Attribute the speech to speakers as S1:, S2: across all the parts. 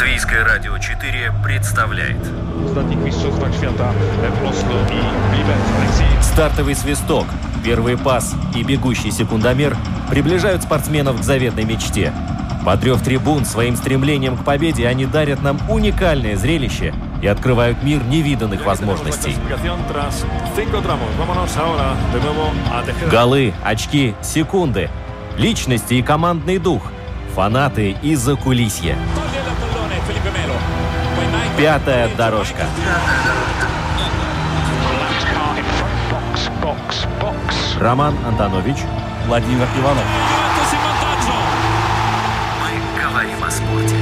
S1: Латвийское радио 4 представляет стартовый свисток, первый пас и бегущий секундомер приближают спортсменов к заветной мечте. Потрев трибун своим стремлением к победе, они дарят нам уникальное зрелище и открывают мир невиданных возможностей. Голы, очки, секунды, личности и командный дух, фанаты и закулисье. Пятая дорожка. Роман Антонович,
S2: Владимир Иванов.
S1: Мы говорим о спорте.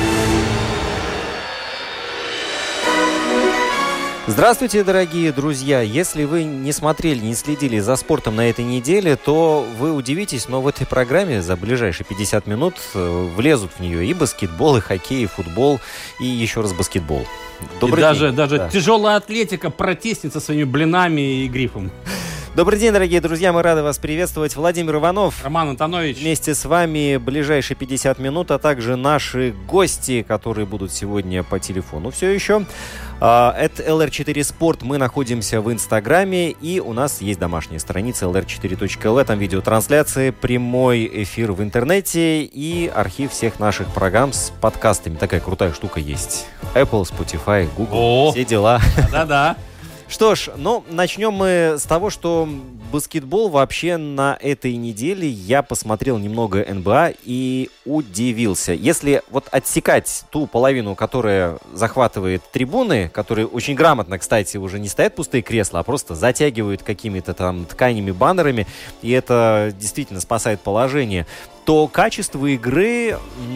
S3: Здравствуйте, дорогие друзья! Если вы не смотрели, не следили за спортом на этой неделе, то вы удивитесь, но в этой программе за ближайшие 50 минут влезут в нее и баскетбол, и хоккей, и футбол, и еще раз баскетбол.
S2: Добрый день. Даже тяжелая атлетика протиснется своими блинами и грифом.
S3: Добрый день, дорогие друзья, мы рады вас приветствовать. Владимир Иванов.
S2: Роман Антонович.
S3: Вместе с вами ближайшие 50 минут, а также наши гости, которые будут сегодня по телефону все еще. Это LR4 Спорт. Мы находимся в Инстаграме, и у нас есть домашняя страница lr4.lv. Там видеотрансляции, прямой эфир в интернете и архив всех наших программ с подкастами. Такая крутая штука есть. Apple, Spotify, Google, все дела.
S2: Да-да.
S3: Что ж, начнем мы с того, что баскетбол вообще на этой неделе я посмотрел немного НБА и удивился. Если вот отсекать ту половину, которая захватывает трибуны, которые очень грамотно, кстати, уже не стоят пустые кресла, а просто затягивают какими-то там тканями, баннерами, и это действительно спасает положение, то качество игры,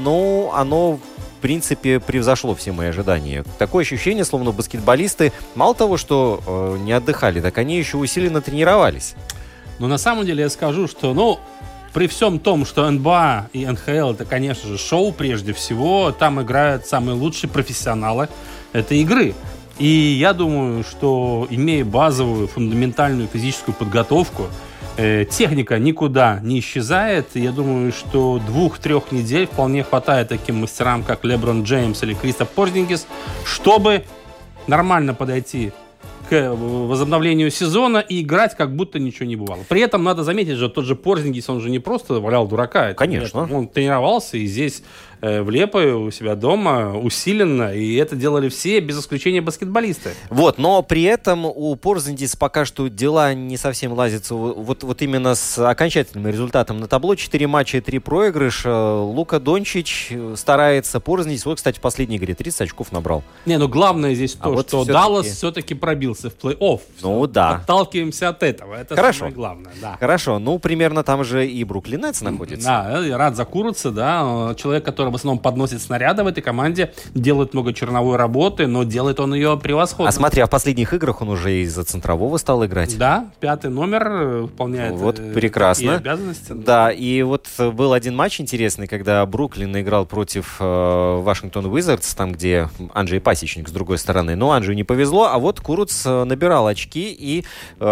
S3: оно в принципе превзошло все мои ожидания. Такое ощущение, словно баскетболисты мало того, что не отдыхали, так они еще усиленно тренировались.
S2: Но на самом деле я скажу, что, при всем том, что НБА и НХЛ это, конечно же, шоу прежде всего, там играют самые лучшие профессионалы этой игры. И я думаю, что имея базовую, фундаментальную физическую подготовку, техника никуда не исчезает. Я думаю, что 2-3 недель вполне хватает таким мастерам, как Леброн Джеймс или Кристоф Порзингис, чтобы нормально подойти к возобновлению сезона и играть, как будто ничего не бывало. При этом надо заметить, что тот же Порзингис, он же не просто валял дурака.
S3: Конечно.
S2: Он тренировался и здесь в Лепое у себя дома усиленно, и это делали все, без исключения баскетболисты.
S3: Но при этом у Порзингиса пока что дела не совсем лазятся вот именно с окончательным результатом на табло. 4 матча и 3 проигрыша. Лука Дончич старается. Порзингис, кстати, в последней игре 30 очков набрал.
S2: Главное здесь то, что
S3: все-таки...
S2: Даллас все-таки пробился в плей-офф.
S3: Да.
S2: Отталкиваемся от этого. Это
S3: Хорошо.
S2: Самое главное. Да.
S3: Хорошо. Примерно там же и Бруклин Нетс находится.
S2: Да, я рад за Куруца, да. Человек, который в основном подносит снаряды в этой команде, делает много черновой работы, но делает он ее превосходно.
S3: А в последних играх он уже из-за центрового стал играть.
S2: Да, 5-й номер выполняет
S3: прекрасно.
S2: обязанности.
S3: Да, и был один матч интересный, когда Бруклин играл против Вашингтон Уизардс, там, где Анджей Пасечник с другой стороны. Но Анджею не повезло, а Куруц набирал очки, и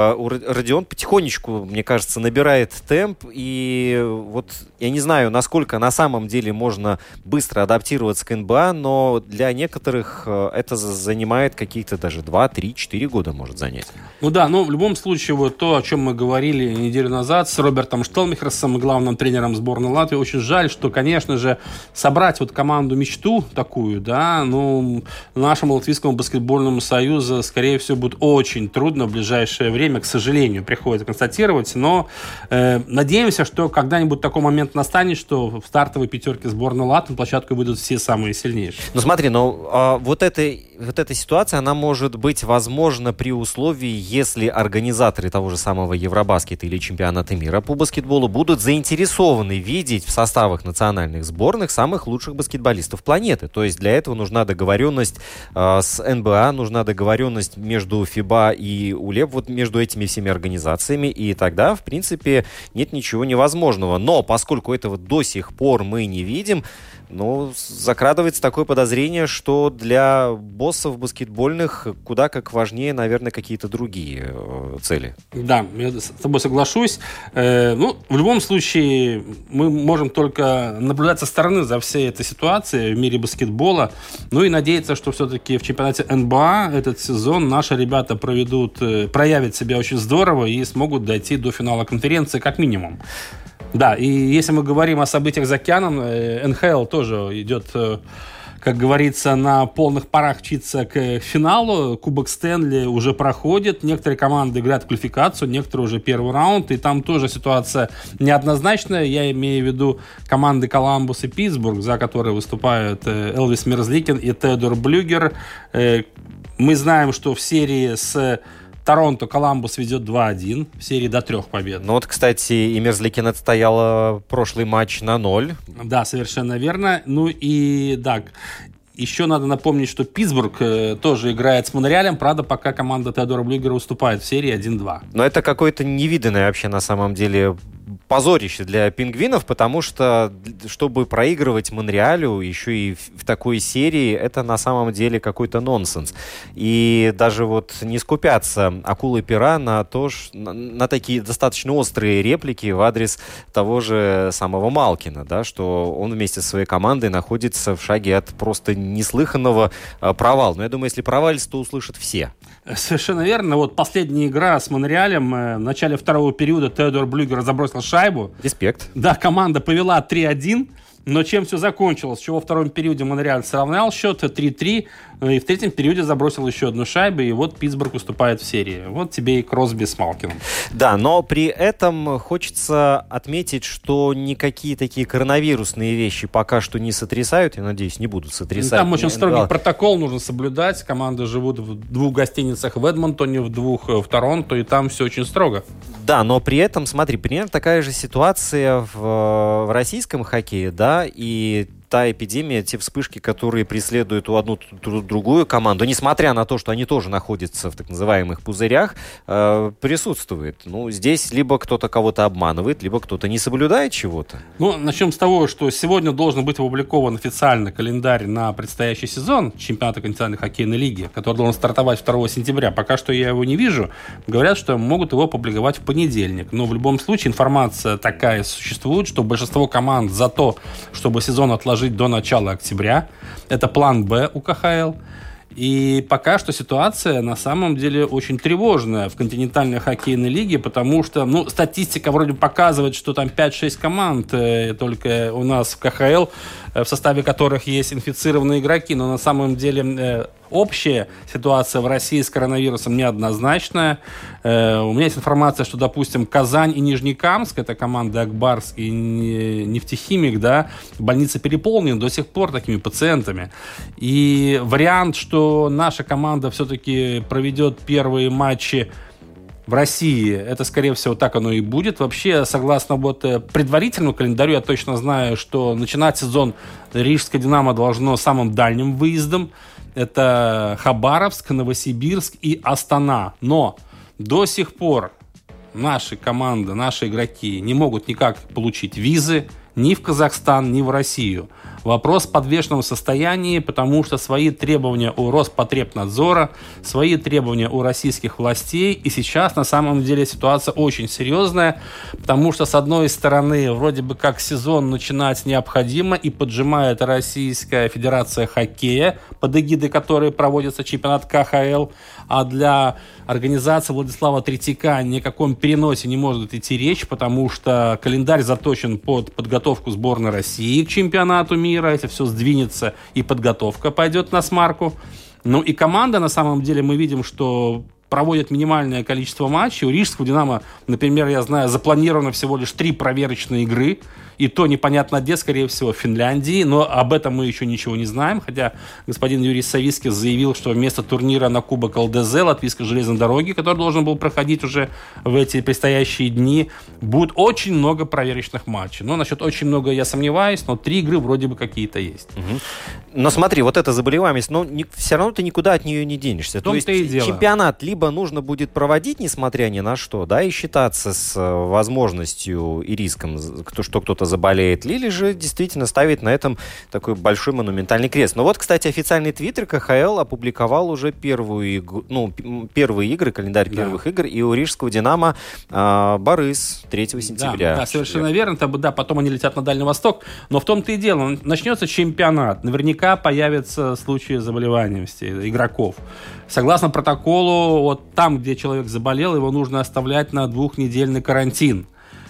S3: Родион потихонечку, мне кажется, набирает темп, и я не знаю, насколько на самом деле можно быстро адаптироваться к НБА, но для некоторых это занимает каких-то даже 2, 3, 4 года может занять.
S2: В любом случае, то, о чем мы говорили неделю назад с Робертом Штелмихерсом, главным тренером сборной Латвии, очень жаль, что, конечно же, собрать команду-мечту такую, нашему Латвийскому баскетбольному союзу, скорее всего, будет очень трудно в ближайшее время, к сожалению, приходится констатировать, но надеемся, что когда-нибудь такой момент настанет, что в стартовой пятерке сборной Латвии на площадку выйдут все самые сильнейшие.
S3: Смотри, эта ситуация, она может быть возможна при условии, если организаторы того же самого Евробаскета или чемпионата мира по баскетболу будут заинтересованы видеть в составах национальных сборных самых лучших баскетболистов планеты. То есть для этого нужна договоренность с НБА, нужна договоренность между ФИБА и УЛЕП, между этими всеми организациями, и тогда, в принципе, нет ничего невозможного. Но поскольку этого до сих пор мы не видим, закрадывается такое подозрение, что для боссов баскетбольных куда как важнее, наверное, какие-то другие цели.
S2: Да, я с тобой соглашусь. В любом случае, мы можем только наблюдать со стороны за всей этой ситуацией в мире баскетбола. И надеяться, что все-таки в чемпионате НБА этот сезон наши ребята проявят себя очень здорово и смогут дойти до финала конференции как минимум. Да, и если мы говорим о событиях за океаном, НХЛ тоже идет, как говорится, на полных парах мчится к финалу. Кубок Стэнли уже проходит. Некоторые команды играют в квалификацию, некоторые уже первый раунд. И там тоже ситуация неоднозначная. Я имею в виду команды Коламбус и Питтсбург, за которые выступают Элвис Мерзликин и Теодор Блюгер. Мы знаем, что в серии с Торонто Коламбус ведет 2-1 в серии до 3 побед.
S3: Кстати, и Мерзликин отстояла прошлый матч на 0.
S2: Да, совершенно верно. Еще надо напомнить, что Питтсбург тоже играет с Монреалем. Правда, пока команда Теодора Блюгера уступает в серии 1-2.
S3: Но это какое-то невиданное вообще на самом деле позорище для пингвинов, потому что, чтобы проигрывать Монреалю еще и в такой серии, это на самом деле какой-то нонсенс. И даже не скупятся акулы-пера на такие достаточно острые реплики в адрес того же самого Малкина, да, что он вместе со своей командой находится в шаге от просто неслыханного провала. Но я думаю, если провалится, то услышат все.
S2: Совершенно верно. Последняя игра с Монреалем. В начале второго периода Теодор Блюгер забросил шайбу.
S3: Респект.
S2: Да, команда повела 3-1. Но чем все закончилось? Чего во втором периоде Монреаль сравнял счет 3-3, и в третьем периоде забросил еще одну шайбу, и Питтсбург выступает в серии. Вот тебе и Кросби с Малкиным.
S3: Да, но при этом хочется отметить, что никакие такие коронавирусные вещи пока что не сотрясают, я надеюсь, не будут сотрясать.
S2: Там очень строгий протокол нужно соблюдать. Команды живут в 2 гостиницах в Эдмонтоне, в 2 в Торонто, и там все очень строго.
S3: Да, но при этом, смотри, примерно такая же ситуация в российском хоккее, да, и та эпидемия, те вспышки, которые преследуют одну другую команду, несмотря на то, что они тоже находятся в так называемых пузырях, присутствует. Здесь либо кто-то кого-то обманывает, либо кто-то не соблюдает чего-то.
S2: Начнем с того, что сегодня должен быть опубликован официальный календарь на предстоящий сезон чемпионата континентальной хоккейной лиги, который должен стартовать 2 сентября. Пока что я его не вижу. Говорят, что могут его опубликовать в понедельник. Но в любом случае информация такая существует, что большинство команд за то, чтобы сезон отложить до начала октября. Это план Б у КХЛ. И пока что ситуация на самом деле очень тревожная в континентальной хоккейной лиге, потому что, статистика вроде показывает, что там 5-6 команд только у нас в КХЛ, в составе которых есть инфицированные игроки, но на самом деле общая ситуация в России с коронавирусом неоднозначная. У меня есть информация, что, допустим, Казань и Нижнекамск, это команды Акбарс и Нефтехимик, да, больницы переполнены до сих пор такими пациентами. И вариант, что наша команда все-таки проведет первые матчи в России, это, скорее всего, так оно и будет. Вообще, согласно предварительному календарю, я точно знаю, что начинать сезон Рижское «Динамо» должно самым дальним выездом. Это Хабаровск, Новосибирск и Астана. Но до сих пор наши команды, наши игроки не могут никак получить визы ни в Казахстан, ни в Россию. Вопрос в подвешенном состоянии, потому что свои требования у Роспотребнадзора, свои требования у российских властей. И сейчас на самом деле ситуация очень серьезная, потому что с одной стороны вроде бы как сезон начинать необходимо, и поджимает Российская Федерация Хоккея, под эгидой которой проводится чемпионат КХЛ, а для организации Владислава Третьяка ни о каком переносе не может идти речь, потому что календарь заточен под подготовку сборной России к чемпионату мира. Если все сдвинется и подготовка пойдет на смарку. И команда, на самом деле, мы видим, что проводят минимальное количество матчей. У Рижского «Динамо», например, я знаю, запланировано всего лишь 3 проверочные игры. И то непонятно где, скорее всего, в Финляндии. Но об этом мы еще ничего не знаем. Хотя господин Юрий Савицкий заявил, что вместо турнира на Кубок ЛДЗ, Латвийской железной дороги, который должен был проходить уже в эти предстоящие дни, будет очень много проверочных матчей. Насчет очень много я сомневаюсь, но 3 игры вроде бы какие-то есть.
S3: Но смотри, вот эта заболеваемость, все равно ты никуда от нее не денешься. То есть чемпионат либо нужно будет проводить, несмотря ни на что, да, и считаться с возможностью и риском, что кто-то заболеет, или же действительно ставить на этом такой большой монументальный крест. Но вот, кстати, официальный твиттер КХЛ опубликовал уже первые игры, календарь первых игр, и у рижского «Динамо» Борис 3 сентября.
S2: Да, совершенно верно. Потом они летят на Дальний Восток. Но в том-то и дело, начнется чемпионат. Наверняка появятся случаи заболеваемости игроков. Согласно протоколу, вот там, где человек заболел, его нужно оставлять на 2-недельный карантин.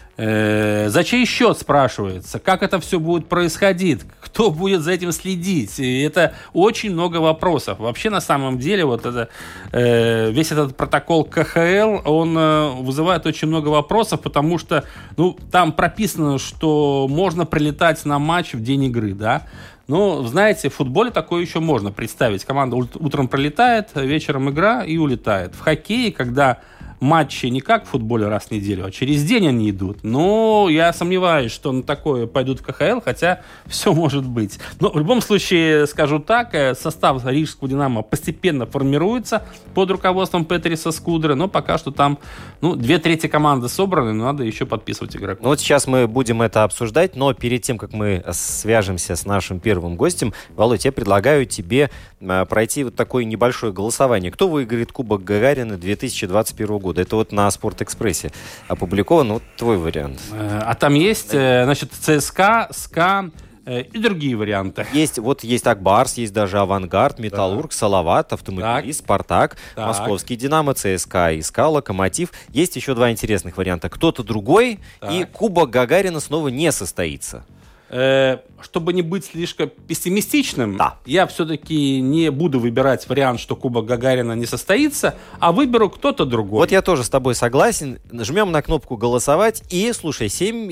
S2: За чей счет, спрашивается? Как это все будет происходить? Кто будет за этим следить? И это очень много вопросов. Вообще, на самом деле, весь этот протокол КХЛ, он вызывает очень много вопросов, потому что там прописано, что можно прилетать на матч в день игры, да? Ну, знаете, в футболе такое еще можно представить. Команда утром пролетает, вечером игра и улетает. В хоккее, когда матчи не как в футболе раз в неделю, а через день они идут. Но я сомневаюсь, что на такое пойдут в КХЛ, хотя все может быть. Но в любом случае, скажу так, состав рижского «Динамо» постепенно формируется под руководством Петриса Скудры, но пока что там 2/3 команды собраны, но надо еще подписывать игроков.
S3: Вот сейчас мы будем это обсуждать, но перед тем, как мы свяжемся с нашим первым гостем, Володь, я предлагаю тебе пройти вот такое небольшое голосование. Кто выиграет Кубок Гагарина 2021 года? Это вот на Спортэкспрессе опубликован. Вот твой вариант.
S2: А там есть, ЦСКА, СКА и другие варианты.
S3: Есть Акбарс, есть даже Авангард, Металлург, Салават, Автомобилист, Спартак, Московский Динамо, ЦСКА, СКА, Локомотив. Есть еще два интересных варианта. Кто-то другой, и Кубок Гагарина снова не состоится.
S2: Чтобы не быть слишком пессимистичным, я все-таки не буду выбирать вариант, что Кубок Гагарина не состоится, а выберу кто-то другой.
S3: Вот я тоже с тобой согласен. Жмем на кнопку «Голосовать», и, слушай,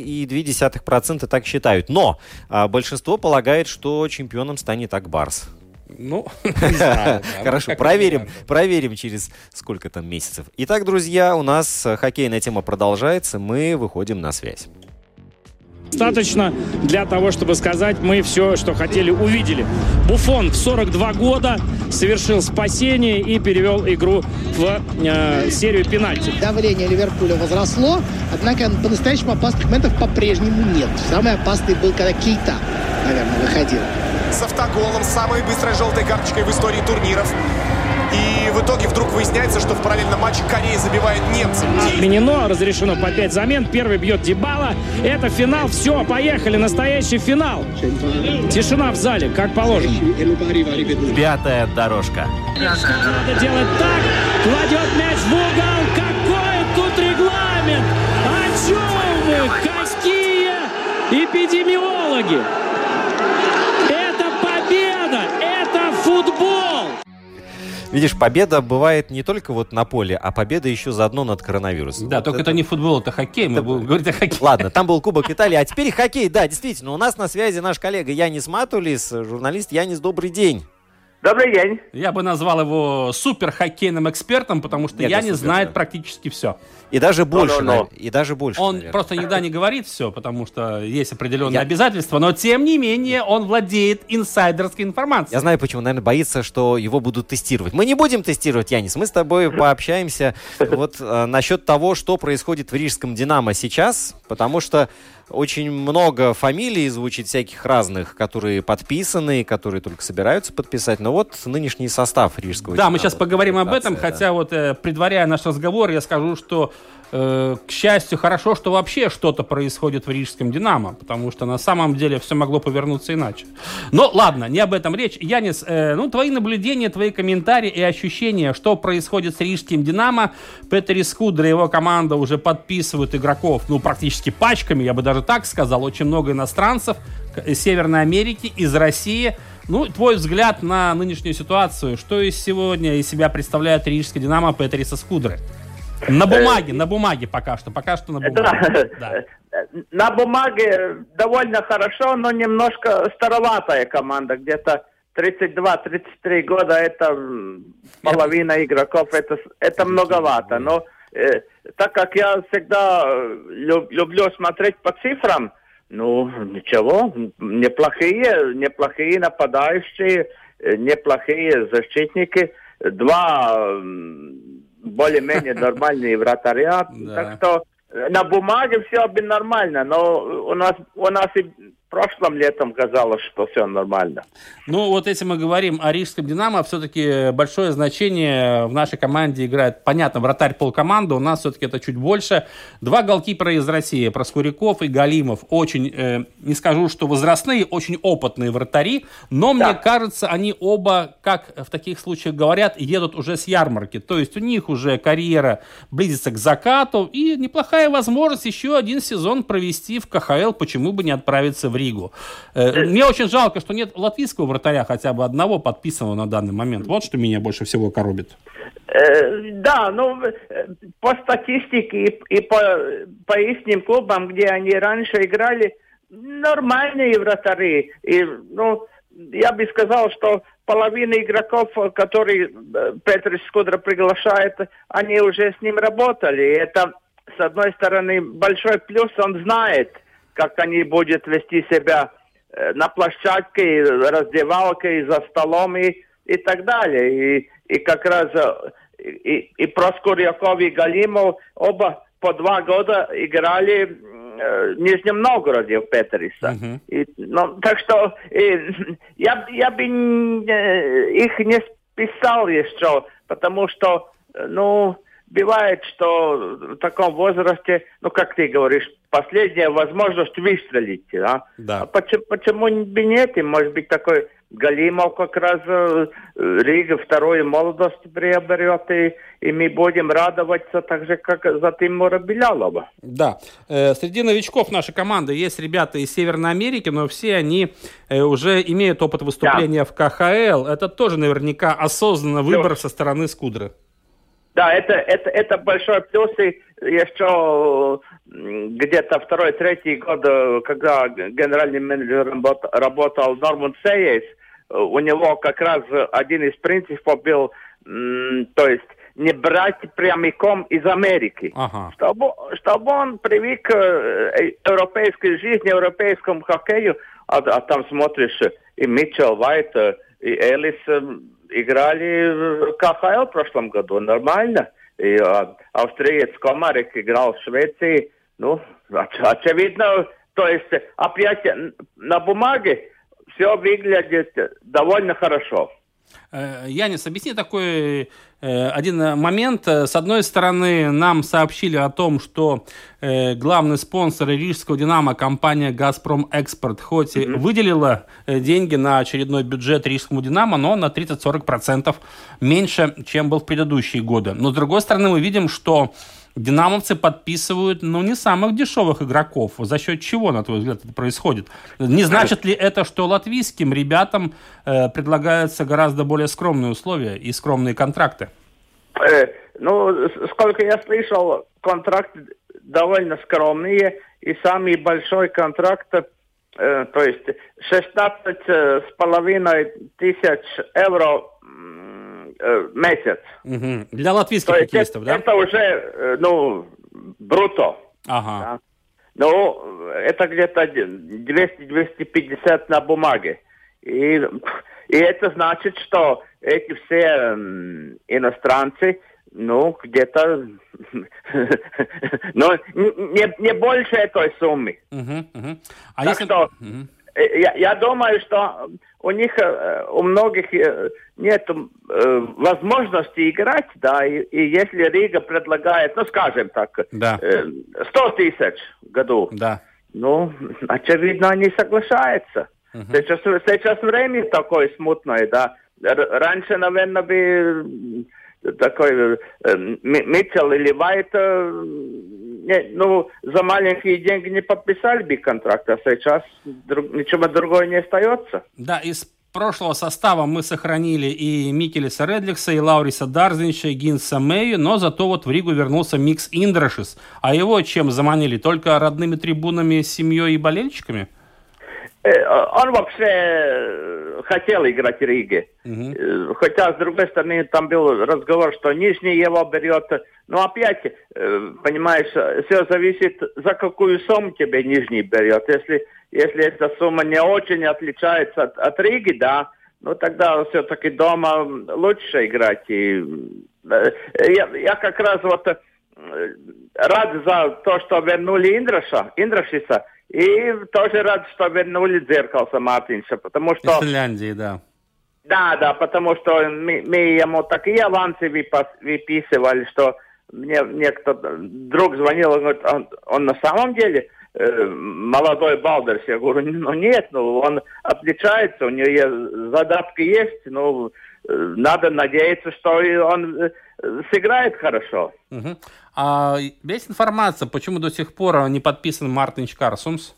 S3: 7,2% так считают. Но большинство полагает, что чемпионом станет Акбарс.
S2: Не знаю.
S3: Хорошо, проверим через сколько там месяцев. Итак, друзья, у нас хоккейная тема продолжается. Мы выходим на связь.
S4: Достаточно для того, чтобы сказать, мы все, что хотели, увидели. Буфон в 42 года совершил спасение и перевел игру в серию пенальти.
S5: Давление Ливерпуля возросло, однако по-настоящему опасных моментов по-прежнему нет. Самый опасный был, когда Кейта, наверное, выходил.
S6: С автоголом, самой быстрой желтой карточкой в истории турниров. И в итоге вдруг выясняется, что в параллельном матче Корея забивает немцев.
S4: Отменено, разрешено по 5 замен. Первый бьет Дибала. Это финал. Все, поехали. Настоящий финал. Тишина в зале, как положено.
S1: Пятая дорожка.
S4: Надо делать так. Кладет мяч в угол. Какой тут регламент? О чем вы? Какие эпидемиологи? Это победа. Это футбол.
S3: Видишь, победа бывает не только вот на поле, а победа еще заодно над коронавирусом.
S2: Да, вот только это не футбол, это хоккей, мы будем говорить о хоккее.
S3: Ладно, там был Кубок Италии, а теперь хоккей. Да, действительно, у нас на связи наш коллега Янис Матулис, журналист. Янис, добрый день.
S7: Добрый день.
S2: Я бы назвал его супер хоккейным экспертом, потому что Янис знает практически все.
S3: И даже больше. И даже больше.
S2: Он
S3: наверное.
S2: просто никогда не говорит все, потому что есть определенные обязательства, но тем не менее он владеет инсайдерской информацией.
S3: Я знаю, почему, наверное, боится, что его будут тестировать. Мы не будем тестировать, Янис, мы с тобой пообщаемся вот насчет того, что происходит в рижском «Динамо» сейчас, потому что очень много фамилий звучит всяких разных, которые подписаны, которые только собираются подписать. Но вот нынешний состав рижского «Динамо».
S2: Да, мы сейчас поговорим об этом, хотя вот предваряя наш разговор, я скажу, что к счастью, хорошо, что вообще что-то происходит в рижском «Динамо», потому что на самом деле все могло повернуться иначе. Но ладно, не об этом речь. Янис, твои наблюдения, твои комментарии и ощущения, что происходит с рижским «Динамо». Петерис Скудра и его команда уже подписывают игроков, практически пачками, я бы даже так сказал. Очень много иностранцев из Северной Америки, из России. Твой взгляд на нынешнюю ситуацию, что сегодня из себя представляет рижский «Динамо» Петериса Скудры? На бумаге пока что на бумаге.
S7: Да. На бумаге довольно хорошо, но немножко староватая команда, где-то 32-33 года, это половина игроков, это многовато. Но так как я всегда люблю смотреть по цифрам, Ну, ничего, неплохие нападающие, неплохие защитники, 2 более-менее нормальные вратаря. Так что на бумаге все бы нормально, но у нас и прошлым летом казалось, что все нормально.
S2: Ну, вот если мы говорим о Рижском «Динамо», все-таки большое значение в нашей команде играет, понятно, вратарь полкоманды, у нас все-таки это чуть больше. 2 голкипера из России, Проскуряков и Галимов. Очень, не скажу, что возрастные, очень опытные вратари, но мне кажется, они оба, как в таких случаях говорят, едут уже с ярмарки. То есть у них уже карьера близится к закату, и неплохая возможность еще один сезон провести в КХЛ, почему бы не отправиться в Ригу. Мне очень жалко, что нет латвийского вратаря, хотя бы одного подписанного на данный момент. Вот что меня больше всего коробит.
S7: Да, ну, по статистике и по их клубам, где они раньше играли, нормальные вратари. И, ну, я бы сказал, что половина игроков, которые Петр Скудра приглашает, они уже с ним работали. И это, с одной стороны, большой плюс, он знает, как они будут вести себя на площадке, раздевалке, за столом и так далее. И как раз и Проскуряков, и Галимов оба по 2 года играли в Нижнем Новгороде в Петериса. Так что я бы их не списал еще, потому что, ну, бывает, что в таком возрасте, ну, как ты говоришь, последняя возможность выстрелить. Да?
S2: Да.
S7: Почему бы нет? И, может быть, такой Галимов как раз Рига вторую молодость приоберет, и мы будем радоваться так же, как за Тимура Белялова.
S2: Да. Среди новичков нашей команды есть ребята из Северной Америки, но все они уже имеют опыт выступления в КХЛ. Это тоже наверняка осознанный выбор со стороны Скудры.
S7: Да, это большой плюс. И еще где-то 2-3 год, когда генеральным менеджером работал Норман Сейес, у него как раз один из принципов был, то есть не брать прямиком из Америки.
S2: Ага.
S7: Чтобы он привык к европейской жизни, европейскому хоккею, а там смотришь, и Митчелл, Вайт, и Элис играли в КХЛ в прошлом году, нормально. И австриец Комарик играл в Швеции. Ну, очевидно, то есть опять на бумаге все выглядит довольно хорошо.
S2: Янис, объясни такой один момент. С одной стороны, нам сообщили о том, что главный спонсор рижского «Динамо», компания «Газпром Экспорт», хоть и выделила деньги на очередной бюджет рижскому «Динамо», но на 30-40% меньше, чем был в предыдущие годы. Но с другой стороны, мы видим, что динамовцы подписывают, ну, не самых дешевых игроков. За счет чего, на твой взгляд, это происходит? Не значит ли это, что латвийским ребятам предлагаются гораздо более скромные условия и скромные контракты?
S7: Ну, сколько я слышал, контракты довольно скромные. И самый большой контракт, то есть 16,5 тысяч евро в месяц.
S2: Угу. Для латвийских хоккеистов, да?
S7: Это уже, ну, бруто.
S2: Ага.
S7: Да? Ну, это где-то 200-250 на бумаге. И это значит, что эти все иностранцы, ну, где-то, ну, не больше этой суммы.
S2: А
S7: так
S2: если...
S7: что я думаю, что у них, у многих нет возможности играть, да, и если Рига предлагает, ну, скажем так, 100 тысяч в году,
S2: да.
S7: Ну, очевидно, они соглашаются. Сейчас время такое смутное, да. Раньше, наверное, бы такой Митчелл или Вайт, ну, за маленькие деньги не подписали бы контракт, а сейчас ничего другого не остается.
S2: Да, из прошлого состава мы сохранили и Микелиса Редликса, и Лауриса Дарзинича, и Гинса Мэйю, но зато вот в Ригу вернулся Микс Индрашис. А его чем заманили? Только родными трибунами, семьей и болельщиками?
S7: Он вообще хотел играть в Риге. Хотя, с другой стороны, там был разговор, что Нижний его берет. Но опять, понимаешь, все зависит, за какую сумму тебе Нижний берет. Если эта сумма не очень отличается от Риги, да, ну тогда все-таки дома лучше играть. И, я как раз вот рад за то, что вернули Индрашиса. И тоже рад, что вернули Дзеркалса Мартинша, потому что...
S2: Из Финляндии, да.
S7: Да, потому что мы ему такие авансы выписывали, что мне кто-то друг звонил, он говорит, он на самом деле молодой Балдерс. Я говорю, нет, он отличается, у него задатки есть, надо надеяться, что он сыграет хорошо.
S2: А есть информация, почему до сих пор не подписан Мартинш Карсумс?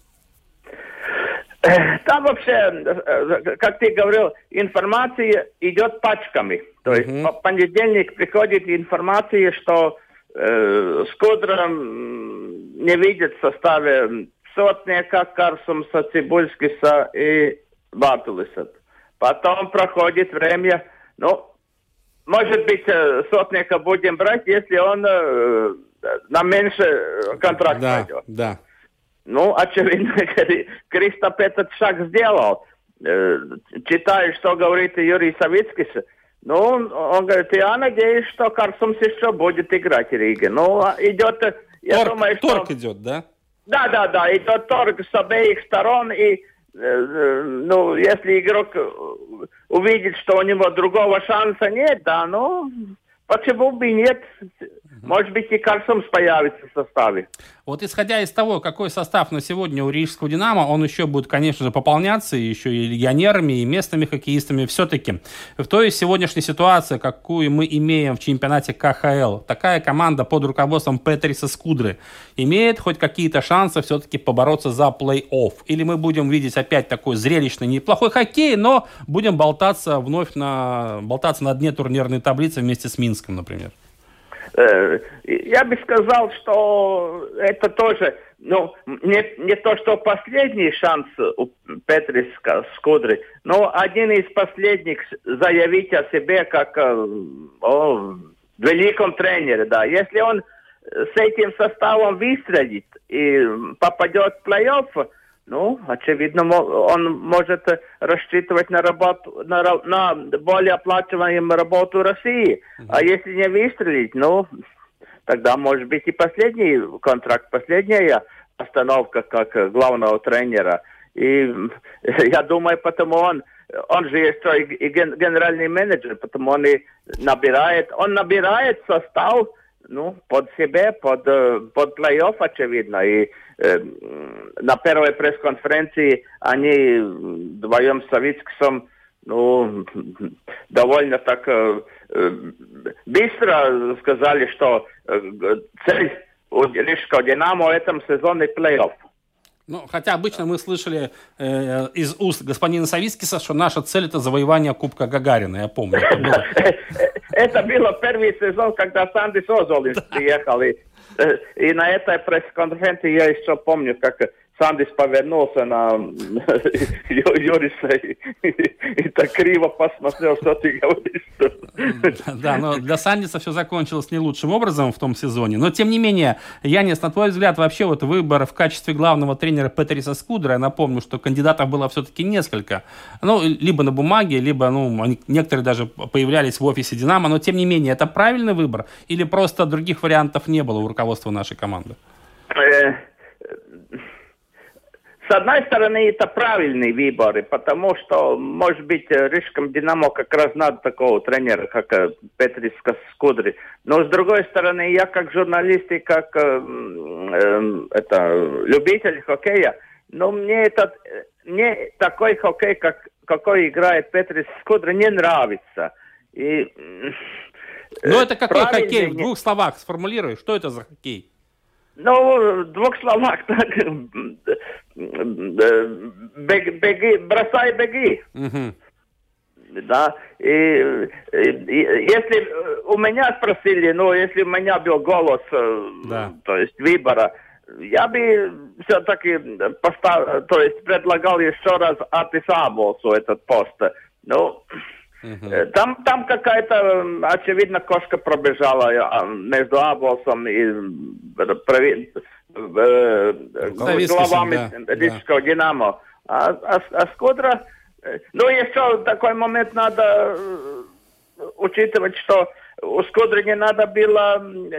S7: Там вообще, как ты говорил, информация идет пачками. То есть в понедельник приходит информация, что Скудра не видит в составе Сотника, Карсумса, Цибульскиса и Бартулиса. Потом проходит время, может быть, Сотника будем брать, если он на меньше контракт пойдет.
S2: Да.
S7: Очевидно, Кристоп этот шаг сделал. Читаю, что говорит Юрий Савицкий. Он говорит, я надеюсь, что Карсумс еще будет играть в Риге. Идет...
S2: Торг идет, да?
S7: Да, идет торг с обеих сторон, и если игрок увидит, что у него другого шанса нет, почему бы и нет? Может быть, и Карсумс появится в составе.
S2: Вот исходя из того, какой состав на сегодня у Рижского «Динамо», он еще будет, конечно же, пополняться еще и легионерами, и местными хоккеистами. Все-таки в той сегодняшней ситуации, какую мы имеем в чемпионате КХЛ, такая команда под руководством Петриса Скудры имеет хоть какие-то шансы все-таки побороться за плей-офф? Или мы будем видеть опять такой зрелищный, неплохой хоккей, но будем болтаться на дне турнирной таблицы вместе с Минском, например?
S7: Я бы сказал, что это тоже, не то, что последний шанс у Петриса Скудры, но один из последних заявить о себе как о великом тренере, да. Если он с этим составом выстрелит и попадет в плей-офф, очевидно, он может рассчитывать на более оплачиваемую работу России. А если не выстрелить, тогда может быть и последний контракт, последняя остановка как главного тренера. И я думаю, потому он же еще и генеральный менеджер, потому он и набирает состав, под себя, под плей-офф, очевидно. И на первой пресс-конференции они вдвоем с Савицким, довольно так быстро сказали, что цель у Рижского «Динамо» в этом сезоне плей-офф.
S2: Хотя обычно мы слышали из уст господина Савицкиса, что наша цель — это завоевание Кубка Гагарина, я помню.
S7: Это было первый сезон, когда Сандис Озолинс приехал. И на этой пресс-конференции я еще помню, как Сандис повернулся на Юриса и так криво посмотрел, что ты говоришь.
S2: Да, но для Сандиса все закончилось не лучшим образом в том сезоне. Но, тем не менее, Янис, на твой взгляд, вообще выбор в качестве главного тренера Петриса Скудра, я напомню, что кандидатов было все-таки несколько. Либо на бумаге, либо, некоторые даже появлялись в офисе «Динамо», но, тем не менее, это правильный выбор? Или просто других вариантов не было у руководства нашей команды?
S7: С одной стороны, это правильные выборы, потому что, может быть, Рижскому «Динамо» как раз надо такого тренера, как Петрис Скудри. Но, с другой стороны, я как журналист и как любитель хоккея, мне такой хоккей, какой играет Петрис Скудри, не нравится.
S2: Это какой хоккей? В двух словах сформулируй, что это за хоккей?
S7: В двух словах, так, бросай, беги. Да, и если у меня спросили, если у меня был голос, то есть выбора, я бы все-таки предлагал еще раз Артис Аболсу этот пост. Ну, там какая-то, очевидно, кошка пробежала между Аболсом и главами Рижского «Динамо». А Скудра... Ну, еще такой момент надо учитывать, что у Скудры не надо было 2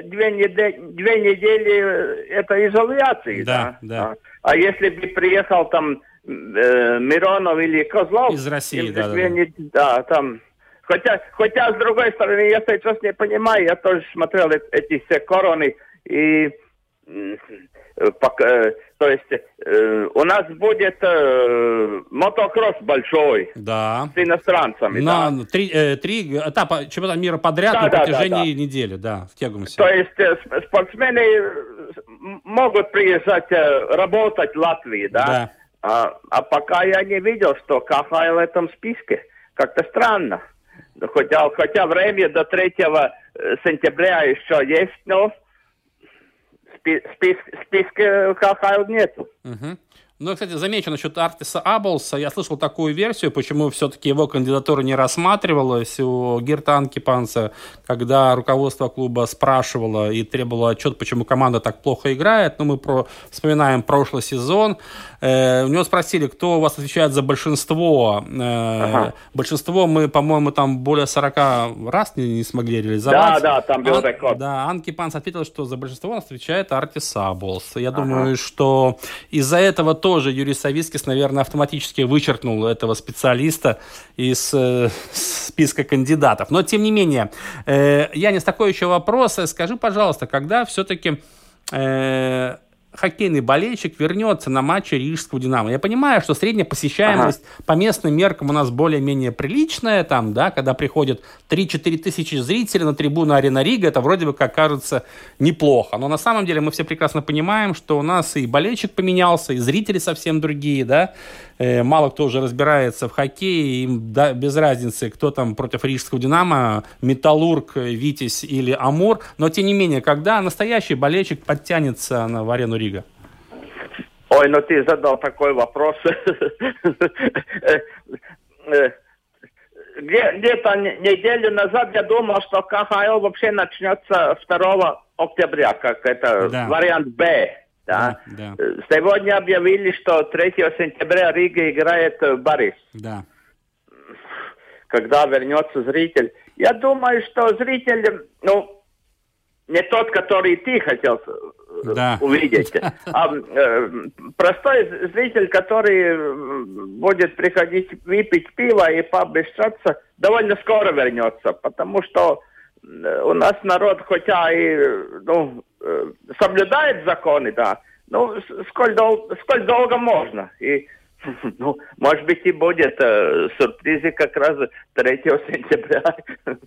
S7: недели этой изоляции.
S2: Да.
S7: А если бы приехал там Миронов или Козлов...
S2: Из России,
S7: там... Хотя, с другой стороны, я сейчас не понимаю, я тоже смотрел эти все короны, и... То есть у нас будет мотокросс большой с иностранцами.
S2: На 3 этапа чемпионата мира подряд на протяжении недели, в Тегумсе.
S7: То есть спортсмены могут приезжать работать в Латвии, да? А пока я не видел, что КХЛ в этом списке. Как-то странно. Хотя время до 3 сентября еще есть, но списка КХЛ нету.
S2: Ну, кстати, замечу насчет Артиса Аболса. Я слышал такую версию, почему все-таки его кандидатура не рассматривалась у Гирта Анкипанса, когда руководство клуба спрашивало и требовало отчет, почему команда так плохо играет. Ну, мы вспоминаем прошлый сезон. У него спросили, кто у вас отвечает за большинство. Большинство мы, по-моему, там более 40 раз не смогли реализовать.
S7: Да, там был рекорд.
S2: Да, Анкипанс ответил, что за большинство у нас отвечает Артис Аболс. Я думаю, что из-за этого тоже Юрий Савицкис, наверное, автоматически вычеркнул этого специалиста из списка кандидатов. Но, тем не менее, Янис, такой еще вопрос. Скажи, пожалуйста, когда все-таки хоккейный болельщик вернется на матчи Рижского «Динамо»? Я понимаю, что средняя посещаемость по местным меркам у нас более-менее приличная, там, да, когда приходят 3-4 тысячи зрителей на трибуну «Арена Рига», это вроде бы как кажется неплохо. Но на самом деле мы все прекрасно понимаем, что у нас и болельщик поменялся, и зрители совсем другие, да. Мало кто уже разбирается в хоккее, им без разницы, кто там против Рижского «Динамо», «Металлург», «Витязь» или «Амур». Но, тем не менее, когда настоящий болельщик подтянется в «Арену Рига»?
S7: Ой, ну ты задал такой вопрос. Где-то неделю назад я думал, что КХЛ вообще начнется 2 октября, как это вариант «Б». Да. Сегодня объявили, что 3 сентября Рига играет в Борис.
S2: Да.
S7: Когда вернется зритель. Я думаю, что зритель, не тот, который ты хотел увидеть, а простой зритель, который будет приходить выпить пиво и пообщаться, довольно скоро вернется, потому что у нас народ, хотя и соблюдает законы, да, сколь долго можно. И, может быть, и будет сюрпризы как раз 3 сентября.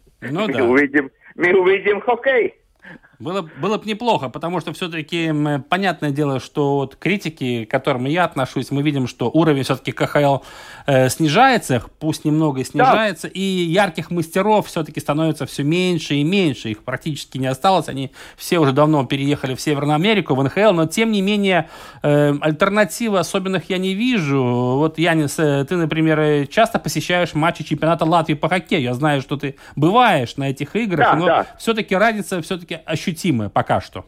S7: Мы увидим хоккей.
S2: Было бы неплохо, потому что все-таки понятное дело, что вот критики, к которым я отношусь, мы видим, что уровень все-таки КХЛ снижается, пусть немного и снижается, и ярких мастеров все-таки становится все меньше и меньше, их практически не осталось, они все уже давно переехали в Северную Америку, в НХЛ, но тем не менее альтернативы особенных я не вижу. Вот, Янис, ты, например, часто посещаешь матчи чемпионата Латвии по хоккею, я знаю, что ты бываешь на этих играх, но все-таки разница все-таки ощутимая пока что.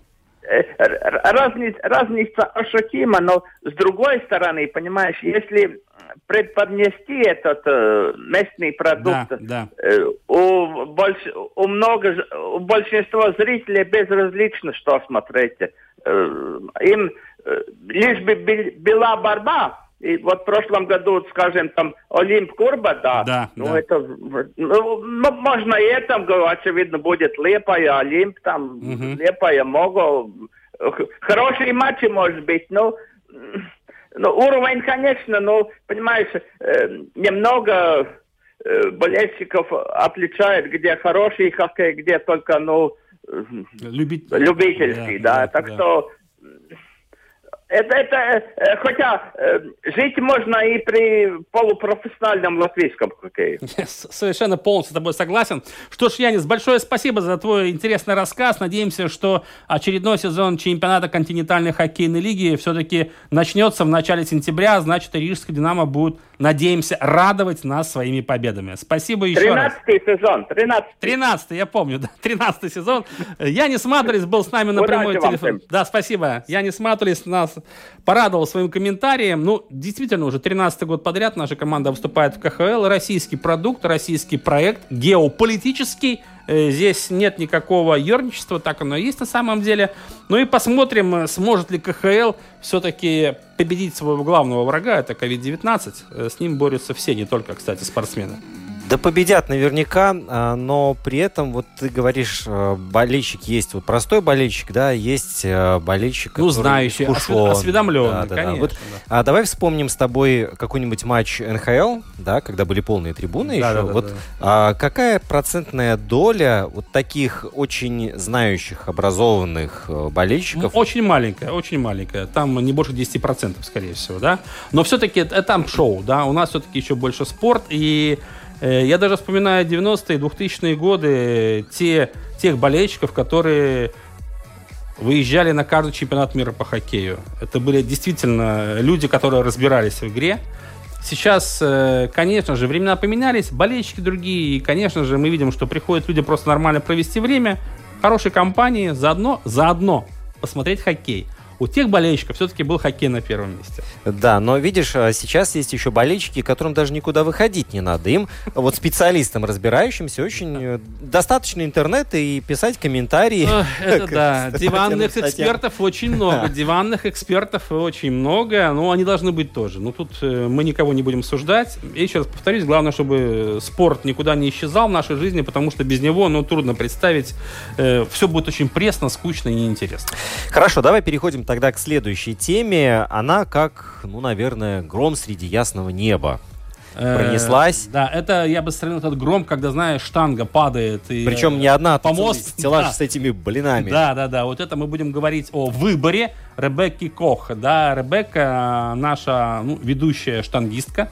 S7: Разница ощутима, но с другой стороны, понимаешь, если преподнести этот местный продукт, у большинства зрителей безразлично, что смотреть. Им лишь бы была борьба. И вот в прошлом году, скажем, там Олимп Курба, это, можно и это, очевидно, будет Лепая, Олимп, там, Лепая, Могол. Хорошие матчи, может быть, но уровень, конечно, понимаешь, немного болельщиков отличает, где хороший хоккей, где только, любительский, так что хотя жить можно и при полупрофессиональном латвийском хоккее.
S2: Совершенно полностью с тобой согласен. Что ж, Янис, большое спасибо за твой интересный рассказ. Надеемся, что очередной сезон чемпионата континентальной хоккейной лиги все-таки начнется в начале сентября. Значит, Рижская «Динамо» будет, надеемся, радовать нас своими победами. Спасибо еще раз.
S7: 13-й сезон.
S2: 13-й, я помню, да, 13-й сезон. Янис Матулис был с нами на прямой телефон. Да, спасибо. Янис Матулис нас порадовал своим комментарием. Ну, действительно, уже 13-й год подряд наша команда выступает в КХЛ. Российский продукт, российский проект, геополитический. Здесь нет никакого ерничества, так оно и есть на самом деле. Ну и посмотрим, сможет ли КХЛ все-таки победить своего главного врага, это COVID-19. С ним борются все, не только, кстати, спортсмены.
S3: Да победят наверняка, но при этом, вот ты говоришь, болельщик есть, вот простой болельщик, да, есть болельщик, который
S2: знающий, осведомленный, да, конечно.
S3: Вот, давай вспомним с тобой какой-нибудь матч НХЛ, да, когда были полные трибуны еще. Какая процентная доля вот таких очень знающих, образованных болельщиков?
S2: Ну, очень маленькая. Там не больше 10%, скорее всего, да. Но все-таки там шоу, да, у нас все-таки еще больше спорт, и я даже вспоминаю 90-е, 2000-е годы тех болельщиков, которые выезжали на каждый чемпионат мира по хоккею. Это были действительно люди, которые разбирались в игре. Сейчас, конечно же, времена поменялись, болельщики другие, и, конечно же, мы видим, что приходят люди просто нормально провести время, хорошей компании, заодно посмотреть хоккей. У тех болельщиков все-таки был хоккей на первом месте.
S3: Да, но видишь, сейчас есть еще болельщики, которым даже никуда выходить не надо. Им, вот специалистам, разбирающимся, очень достаточно интернета и писать комментарии.
S2: Это да, диванных экспертов очень много. Но они должны быть тоже. Но тут мы никого не будем суждать. И еще раз повторюсь, главное, чтобы спорт никуда не исчезал в нашей жизни, потому что без него, трудно представить. Все будет очень пресно, скучно и неинтересно.
S3: Хорошо, давай переходим тогда к следующей теме. Она как, наверное, гром среди ясного неба пронеслась.
S2: Да, это я бы сравнил этот гром, когда, знаешь, штанга падает. И,
S3: причем не одна,
S2: помост,
S3: стеллаж с этими блинами.
S2: Да. Вот это мы будем говорить о выборе Ребекки Кох. Да, Ребекка наша ведущая штангистка.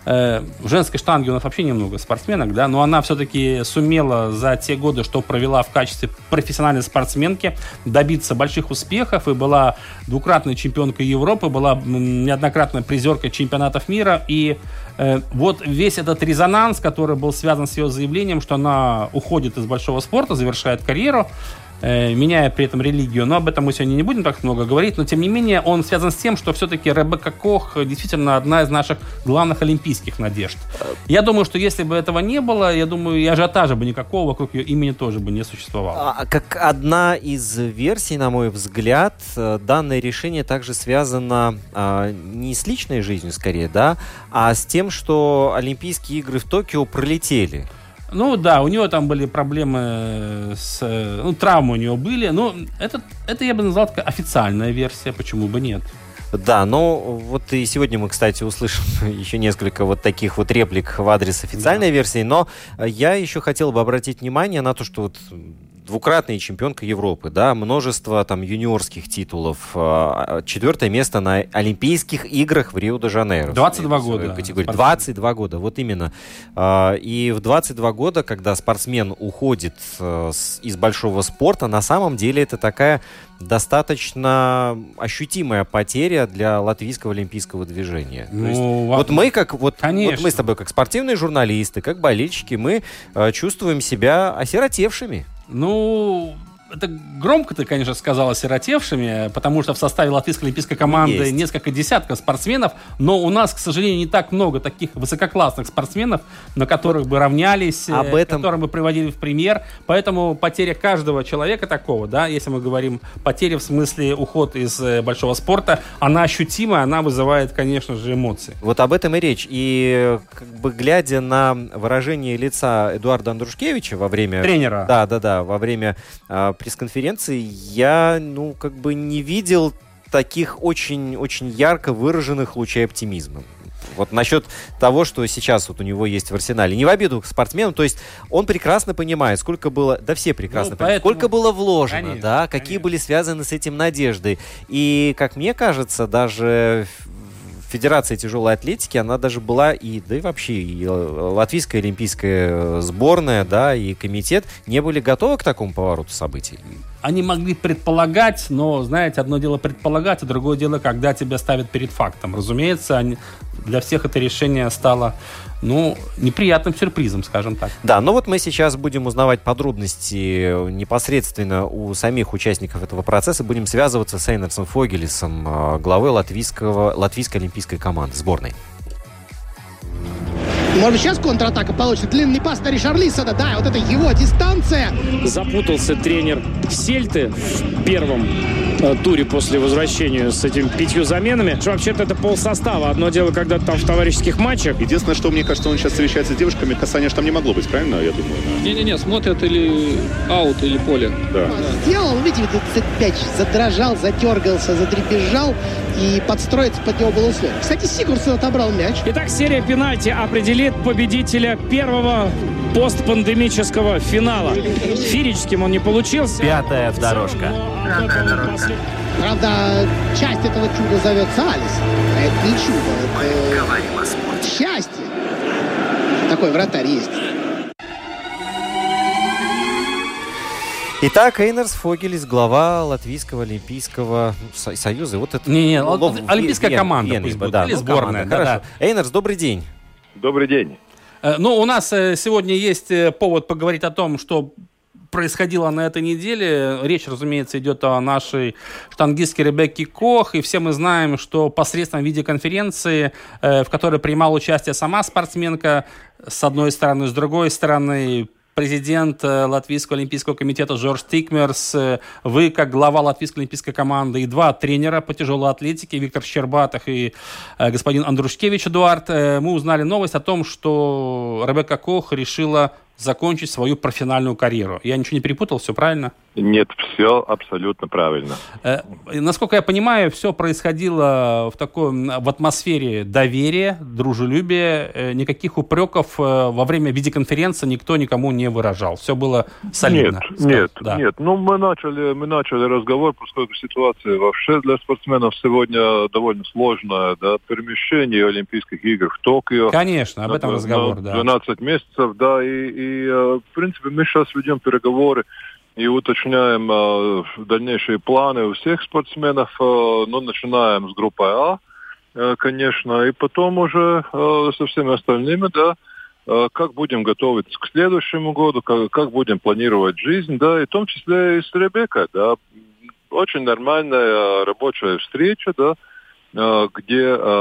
S2: В женской штанге у нас вообще немного спортсменок, да, но она все-таки сумела за те годы, что провела в качестве профессиональной спортсменки, добиться больших успехов и была двукратной чемпионкой Европы, была неоднократной призеркой чемпионатов мира. И вот весь этот резонанс, который был связан с ее заявлением, что она уходит из большого спорта, завершает карьеру, меняя при этом религию. Но об этом мы сегодня не будем так много говорить. Но, тем не менее, он связан с тем, что все-таки Ребекка Кох действительно одна из наших главных олимпийских надежд. Я думаю, что если бы этого не было, я думаю, и ажиотажа бы никакого вокруг ее имени тоже бы не существовало.
S3: Как одна из версий, на мой взгляд, данное решение также связано не с личной жизнью, скорее, да, а с тем, что Олимпийские игры в Токио пролетели.
S2: Да, у него там были проблемы травмы у него были. Это я бы назвал такая официальная версия, почему бы нет.
S3: Да, вот и сегодня мы, кстати, услышим еще несколько вот таких вот реплик в адрес официальной версии, но я еще хотел бы обратить внимание на то, что вот двукратная чемпионка Европы, да, множество там юниорских титулов, 4-е место на Олимпийских играх в Рио-де-Жанейро.
S2: 22 года.
S3: 22 года, вот именно. И в 22 года, когда спортсмен уходит из большого спорта, на самом деле это такая достаточно ощутимая потеря для латвийского олимпийского движения. Вот мы с тобой как спортивные журналисты, как болельщики, мы чувствуем себя осиротевшими.
S2: Это громко ты, конечно, сказал осиротевшими, потому что в составе латвийской олимпийской команды несколько десятков спортсменов, но у нас, к сожалению, не так много таких высококлассных спортсменов, на которых бы равнялись, которых бы приводили в пример. Поэтому потеря каждого человека такого, да, если мы говорим потеря в смысле уход из большого спорта, она ощутимая, она вызывает, конечно же, эмоции.
S3: Вот об этом и речь. И глядя на выражение лица Эдуарда Андрушкевича во время...
S2: Тренера.
S3: Да, во время пресс-конференции, я, не видел таких очень-очень ярко выраженных лучей оптимизма. Вот насчет того, что сейчас вот у него есть в арсенале. Не в обиду к спортсменам, то есть он прекрасно понимает, сколько было, да все прекрасно понимают, сколько было вложено, конечно, да, какие были связаны с этим надежды. И, как мне кажется, даже Федерация тяжелой атлетики, она даже была да и вообще и латвийская олимпийская сборная, да, и комитет не были готовы к такому повороту событий.
S2: Они могли предполагать, но, знаете, одно дело предполагать, а другое дело, когда тебя ставят перед фактом. Разумеется, для всех это решение стало, неприятным сюрпризом, скажем так. Да, но вот мы сейчас будем узнавать подробности непосредственно у самих участников этого процесса. Будем связываться с Эйнарсом Фогелисом, главой латвийской олимпийской команды, сборной.
S5: Может быть, сейчас контратака получится. Длинный пас на Ришарлисона. Да, вот это его дистанция.
S4: Запутался тренер Сельты в первом туре после возвращения с этими 5 заменами. Вообще-то это полсостава. Одно дело, когда там в товарищеских матчах.
S8: Единственное, что мне кажется, он сейчас встречается с девушками, касания же там не могло быть, правильно, я думаю?
S9: Не-не-не, смотрят или аут, или поле.
S8: Да.
S5: Сделал, видите, этот мяч задрожал, задергался, задребезжал, и подстроиться под него было условие. Кстати, Сигурдсон отобрал мяч.
S4: Итак, серия пенальти определит победителя первого постпандемического финала. Феерическим он не получился.
S1: Пятая дорожка.
S5: Правда, часть этого чуда зовется Алис. А это не чудо, это счастье. Такой вратарь есть.
S3: Итак, Эйнарс Фогелис, глава Латвийского олимпийского союза. Вот это
S2: олимпийская команда пусть будет, или сборная.
S3: Хорошо. Эйнарс, добрый день.
S8: Добрый день.
S2: У нас сегодня есть повод поговорить о том, что происходило на этой неделе. Речь, разумеется, идет о нашей штангистке Ребекке Кох. И все мы знаем, что посредством видеоконференции, в которой принимала участие сама спортсменка, с одной стороны, с другой стороны, президент Латвийского олимпийского комитета Жорж Тикмерс, вы, как глава Латвийской олимпийской команды, и 2 тренера по тяжелой атлетике, Виктор Щербатов и господин Андрушкевич Эдуард, мы узнали новость о том, что Ребекка Кох решила закончить свою профессиональную карьеру. Я ничего не перепутал, все правильно?
S8: Нет, все абсолютно правильно.
S2: Насколько я понимаю, все происходило в атмосфере доверия, дружелюбия. Никаких упреков во время видеоконференции никто никому не выражал. Все было солидно.
S8: Нет. Мы начали разговор, поскольку ситуация вообще для спортсменов сегодня довольно сложная. Да, перемещение Олимпийских игр в Токио.
S2: Конечно, об этом разговор, да.
S8: 12 месяцев, да, и в принципе мы сейчас ведем переговоры и уточняем дальнейшие планы у всех спортсменов. Начинаем с группы А, конечно, и потом уже со всеми остальными, да, как будем готовиться к следующему году, как будем планировать жизнь, да, и в том числе и с Ребеккой, да. Очень нормальная рабочая встреча, да, где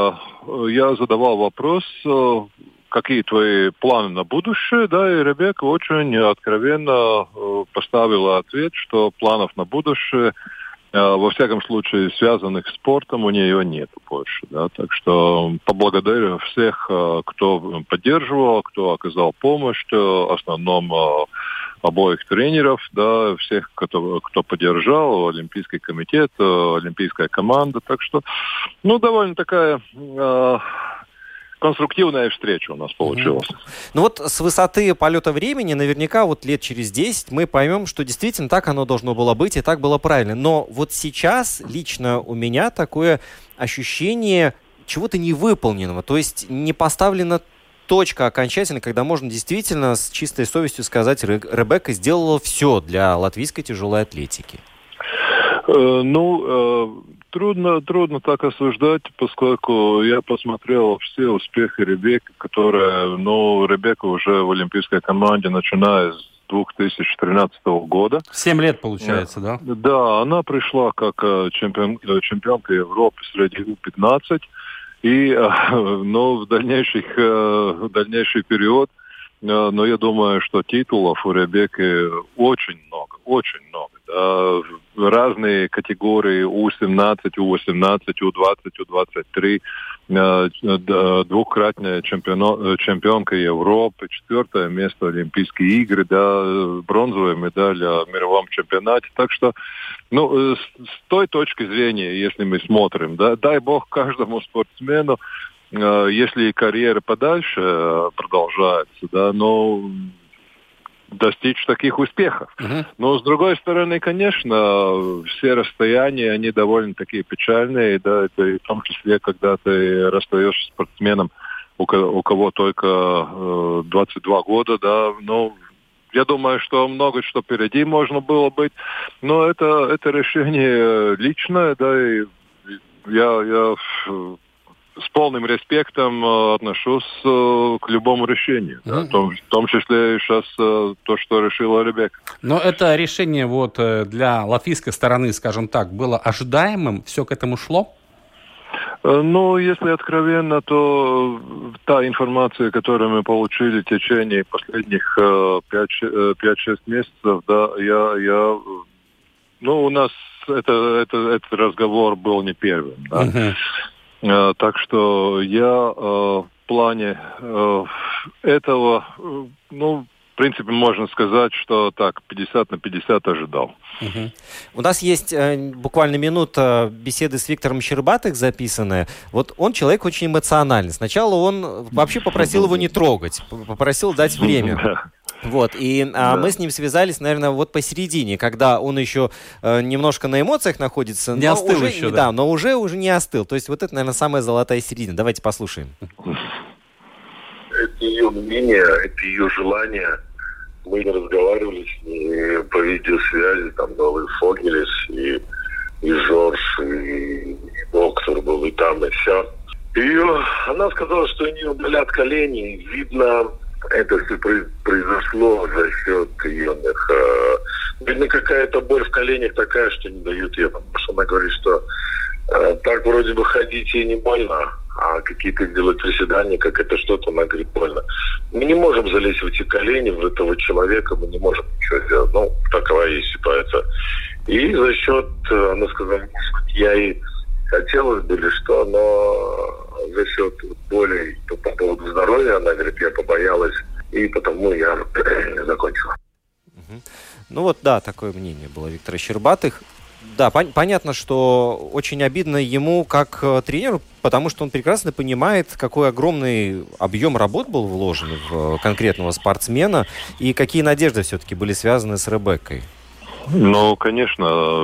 S8: я задавал вопрос, какие твои планы на будущее, да, и Ребекка очень откровенно поставила ответ, что планов на будущее, во всяком случае, связанных с спортом, у нее нет больше, да, так что поблагодарю всех, кто поддерживал, кто оказал помощь, в основном обоих тренеров, да, всех, кто поддержал, Олимпийский комитет, Олимпийская команда, так что, довольно такая конструктивная встреча у нас получилась.
S3: С высоты полета времени, наверняка лет через 10 мы поймем, что действительно так оно должно было быть и так было правильно. Но сейчас лично у меня такое ощущение чего-то невыполненного. То есть не поставлена точка окончательно, когда можно действительно с чистой совестью сказать, Ребекка сделала все для латвийской тяжелой атлетики.
S8: Трудно так осуждать, поскольку я посмотрел все успехи Ребекки, Ребекка уже в олимпийской команде, начиная с 2013 года.
S2: 7 лет, получается, да?
S8: Да, она пришла как чемпионка Европы среди U-15, и в дальнейший период, я думаю, что титулов у Ребекки очень много. Да, разные категории U17, U18, U20, U23, двукратная чемпионка Европы, 4 место Олимпийские игры, да, бронзовая медаль в мировом чемпионате. Так что, с той точки зрения, если мы смотрим, да, дай бог каждому спортсмену если карьера подальше продолжается, да, но достичь таких успехов. Но, с другой стороны, конечно, все расстояния, они довольно такие печальные, да, это в том числе, когда ты расстаешься с спортсменом, у кого только 22 года, да, ну, я думаю, что много что впереди можно было быть, но это решение личное, да, и я с полным респектом отношусь к любому решению, да, в том числе сейчас то, что решил Алибек.
S2: Но это решение вот для латвийской стороны, скажем так, было ожидаемым? Все к этому шло?
S8: Ну, если откровенно, то та информация, которую мы получили в течение последних 5-6 месяцев, да, у нас этот разговор был не первым, да. Так что я в плане этого, в принципе, можно сказать, что так, 50 на 50 ожидал.
S3: У нас есть буквально минута беседы с Виктором Щербатых записанная. Вот он человек очень эмоциональный. Сначала он вообще попросил его не трогать, попросил дать время. Вот, и мы с ним связались, наверное, вот посередине, когда он еще немножко на эмоциях находится.
S2: Не остыл еще,
S3: да. Но уже не остыл. То есть вот это, наверное, самая золотая середина. Давайте послушаем.
S10: Это ее мнение, это ее желание. Мы разговаривали с ней по видеосвязи, там был и Фогелес, и Жорж, и доктор был и там, и все. Она сказала, что у нее болят колени. Видно, это все произошло за счет ее... Видно, какая-то боль в коленях такая, что не дают ей. Потому что она говорит, что так вроде бы ходить ей не больно, а какие-то делать приседания, как это что-то, она говорит, больно. Мы не можем залезть в эти колени, в этого человека, мы не можем ничего сделать. Ну, такова есть ситуация. И за счет, она сказала, я и хотелось бы ли что, но за счет боли по поводу здоровья, она говорит, я побоялась, и потому я закончила.
S3: Ну вот, да, такое мнение было Виктора Щербатых. Да, понятно, что очень обидно ему как тренеру, потому что он прекрасно понимает, какой огромный объем работ был вложен в конкретного спортсмена и какие надежды все-таки были связаны с Ребеккой.
S8: Ну, конечно,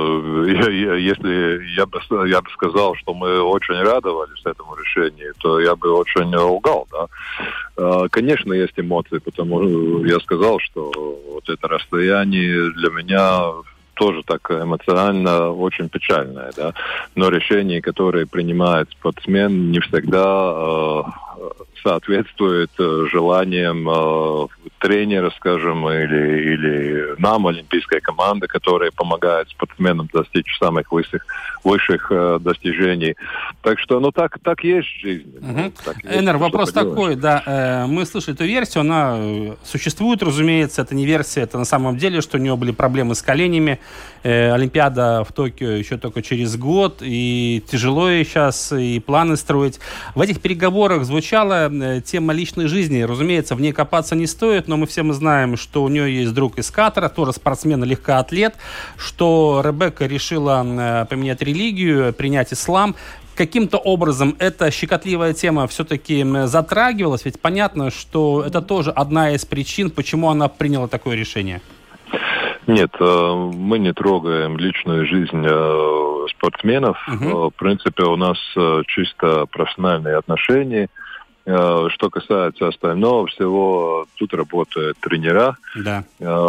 S8: если я бы сказал, что мы очень радовались этому решению, то я бы очень лгал, да. Конечно, есть эмоции, потому что я сказал, что вот это расстояние для меня тоже так эмоционально очень печальное, да. Но решения, которые принимает спортсмен, не всегда соответствует желаниям тренера, скажем, или нам, олимпийской команды, которая помогает спортсменам достичь самых высших достижений. Так что, так есть в жизни.
S2: Энер, вопрос такой, да, мы слышали эту версию, она существует, разумеется, это не версия, это на самом деле, что у него были проблемы с коленями, Олимпиада в Токио еще только через год, и тяжело ей сейчас и планы строить. В этих переговорах звучала тема личной жизни. Разумеется, в ней копаться не стоит, но мы все знаем, что у нее есть друг из Катара, тоже спортсмен и легкоатлет, что Ребекка решила поменять религию, принять ислам. Каким-то образом эта щекотливая тема все-таки затрагивалась, ведь понятно, что это тоже одна из причин, почему она приняла такое решение.
S8: Нет, мы не трогаем личную жизнь спортсменов. В принципе, у нас чисто профессиональные отношения. Что касается остального всего, тут работают тренера.
S2: Да.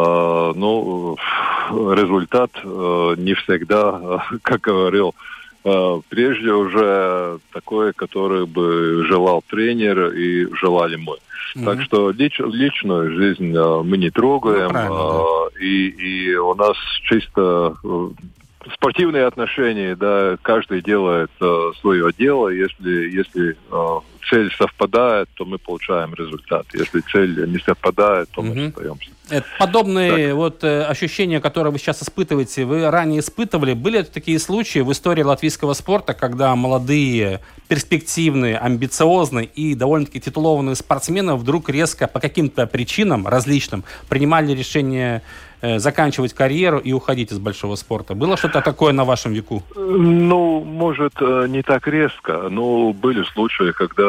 S8: Результат не всегда, как говорил прежде, уже такой, который бы желал тренер и желали мы. Так что личную жизнь мы не трогаем. И у нас чисто спортивные отношения, да, каждый делает свое дело. Если цель совпадает, то мы получаем результат. Если цель не совпадает, то мы остаемся.
S2: Подобные ощущения, которые вы сейчас испытываете, вы ранее испытывали? Были такие случаи в истории латвийского спорта, когда молодые, перспективные, амбициозные и довольно-таки титулованные спортсмены вдруг резко по каким-то причинам различным принимали решение заканчивать карьеру и уходить из большого спорта? Было что-то такое на вашем веку?
S8: Ну, может, не так резко, но были случаи, когда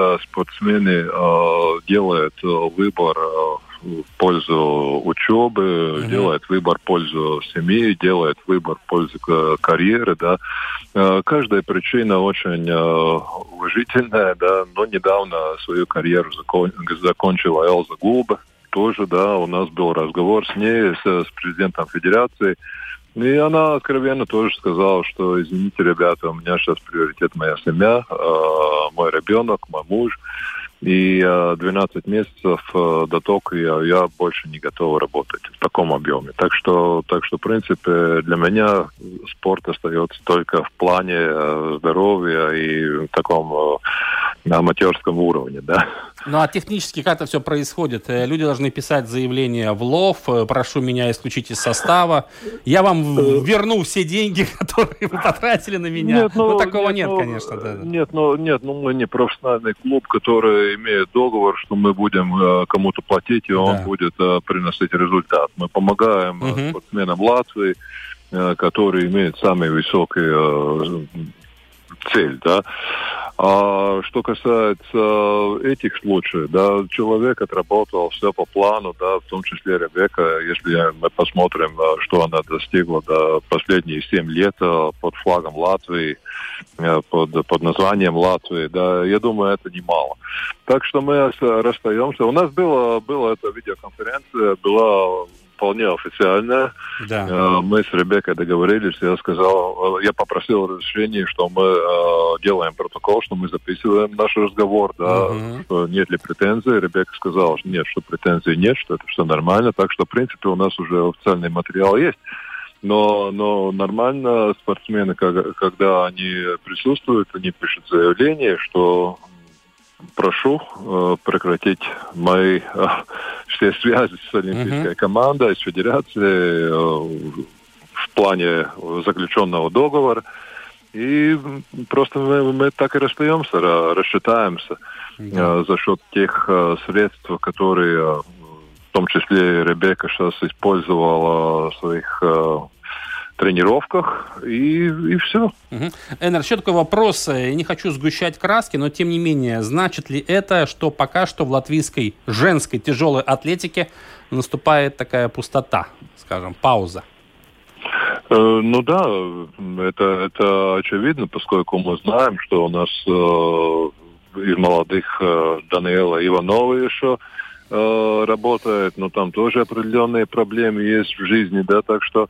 S8: когда спортсмены делают выбор в пользу учебы, делают выбор в пользу семьи, делают выбор в пользу карьеры, да. Каждая причина очень уважительная, да, но недавно свою карьеру закончила Элза Гулба. Тоже, да, у нас был разговор с ней, с президентом федерации. И она откровенно тоже сказала, что, извините, ребята, у меня сейчас приоритет моя семья, мой ребенок, мой муж. И 12 месяцев до Токио я больше не готов работать в таком объеме. Так что, в принципе, для меня спорт остается только в плане здоровья и в таком аматерском уровне, да.
S2: Ну, а технически как это все происходит? Люди должны писать заявление в ЛОВ, прошу меня исключить из состава, я вам верну все деньги, которые вы потратили на меня. Нет, такого нет, конечно. Да.
S8: Нет, мы не профессиональный клуб, который имеет договор, что мы будем кому-то платить, и он будет приносить результат. Мы помогаем спортсменам Латвии, которые имеют самый высокий цель, да. А что касается этих случаев, да, человек отработал все по плану, да, в том числе Ребекка, если мы посмотрим, что она достигла до последние 7 лет под флагом Латвии, под названием Латвии, да, я думаю, это немало. Так что мы расстаемся. У нас была эта видеоконференция, была вполне официальная. Да. Мы с Ребеккой договорились, я попросил разрешения, что мы делаем протокол, что мы записываем наш разговор, да, что нет ли претензий. Ребекка сказала, что нет, что претензий нет, что это все нормально. Так что, в принципе, у нас уже официальный материал есть. Но нормально спортсмены, когда они присутствуют, они пишут заявление, что прошу прекратить мои все связи с олимпийской командой, с федерацией в плане заключенного договора. И просто мы так и расстаемся, рассчитаемся за счет тех средств, которые в том числе Ребекка сейчас использовала в своих тренировках, и все.
S2: Эннер, еще такой вопрос. Я не хочу сгущать краски, но тем не менее, значит ли это, что пока что в латвийской женской тяжелой атлетике наступает такая пустота, скажем, пауза?
S8: Ну да, это очевидно, поскольку мы знаем, что у нас из молодых Даниэла Иванова еще работает, но там тоже определенные проблемы есть в жизни, да, так что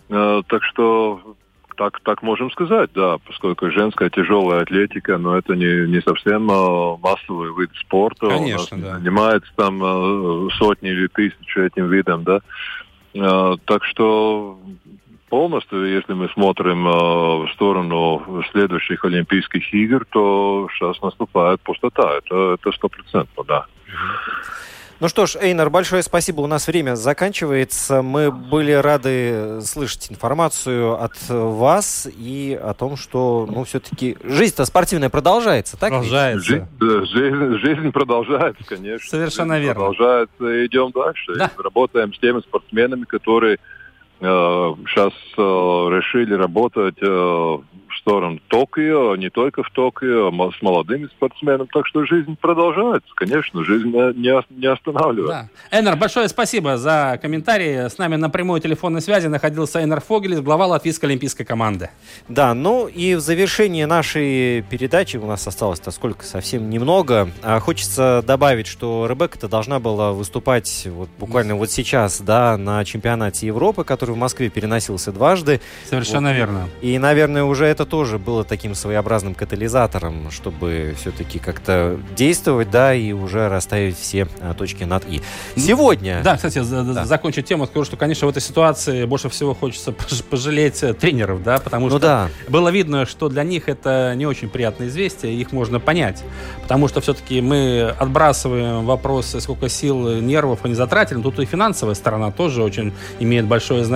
S8: так можем сказать, да, поскольку женская тяжелая атлетика, но это не совсем массовый вид спорта.
S2: Конечно,
S8: у нас занимается там сотни или тысячи этим видом, да. Так что полностью, если мы смотрим в сторону следующих Олимпийских игр, то сейчас наступает пустота. Это 100%, да.
S3: Ну что ж, Эйнар, большое спасибо. У нас время заканчивается. Мы были рады слышать информацию от вас и о том, что, все-таки жизнь-то спортивная продолжается, так?
S2: Продолжается.
S8: Жизнь продолжается, конечно.
S2: Совершенно верно.
S8: Продолжается. Идем дальше. Да. Работаем с теми спортсменами, которые сейчас решили работать в сторону Токио, не только в Токио, а с молодыми спортсменами. Так что жизнь продолжается, конечно, жизнь не останавливается.
S2: Да. Эннер, большое спасибо за комментарии. С нами на прямой телефонной связи находился Эйнар Фогелис, глава Латвийской олимпийской команды. Да,
S3: и в завершении нашей передачи, у нас осталось-то совсем немного, хочется добавить, что Ребекка-то должна была выступать буквально сейчас, да, на чемпионате Европы, который в Москве переносился дважды.
S2: Совершенно верно.
S3: И, наверное, уже это тоже было таким своеобразным катализатором, чтобы все-таки как-то действовать, да, и уже расставить все точки над «и». Сегодня...
S2: Да, кстати, закончить тему, скажу, что, конечно, в этой ситуации больше всего хочется пожалеть тренеров, да, потому что было видно, что для них это не очень приятное известие, их можно понять, потому что все-таки мы отбрасываем вопросы, сколько сил, нервов они затратили, тут и финансовая сторона тоже очень имеет большое значение.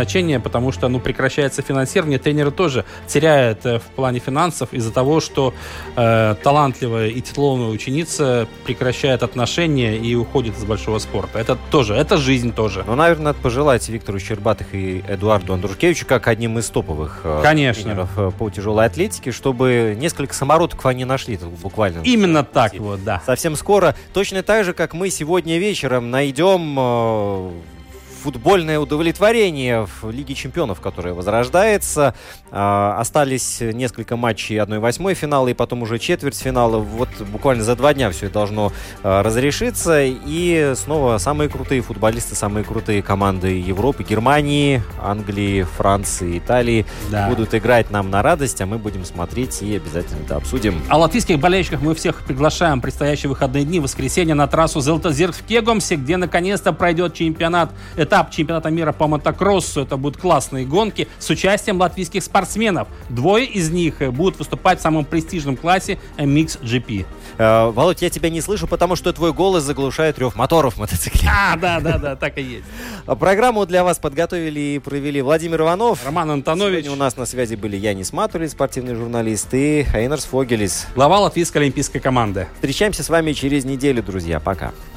S2: значение, потому что, прекращается финансирование, тренеры тоже теряют в плане финансов из-за того, что талантливая и титулованная ученица прекращает отношения и уходит из большого спорта. Это жизнь тоже.
S3: Наверное, надо пожелать Виктору Щербатых и Эдуарду Андрушкевичу, как одним из топовых тренеров по тяжелой атлетике, чтобы несколько самородков они нашли буквально.
S2: Именно так да.
S3: Совсем скоро. Точно так же, как мы сегодня вечером найдем футбольное удовлетворение в Лиге чемпионов, которая возрождается. Остались несколько матчей 1/8 финала и потом уже четвертьфинала. Вот буквально за 2 дня все это должно разрешиться. И снова самые крутые футболисты, самые крутые команды Европы, Германии, Англии, Франции, Италии будут играть нам на радость, а мы будем смотреть и обязательно это обсудим.
S2: А латвийских болельщиков мы всех приглашаем в предстоящие выходные дни, в воскресенье на трассу Зелтозирт в Кегомсе, где наконец-то пройдет этап чемпионата мира по мотокроссу. Это будут классные гонки с участием латвийских спортсменов. 2 из них будут выступать в самом престижном классе MXGP.
S3: Володь, я тебя не слышу, потому что твой голос заглушает рев моторов в мотоцикле.
S2: Да, так и есть.
S3: Программу для вас подготовили и провели Владимир Иванов,
S2: Роман Антонович.
S3: Сегодня у нас на связи были Янис Матулис, спортивный журналист, и Эйнарс Фогелис,
S2: глава латвийской олимпийской команды.
S3: Встречаемся с вами через неделю, друзья. Пока.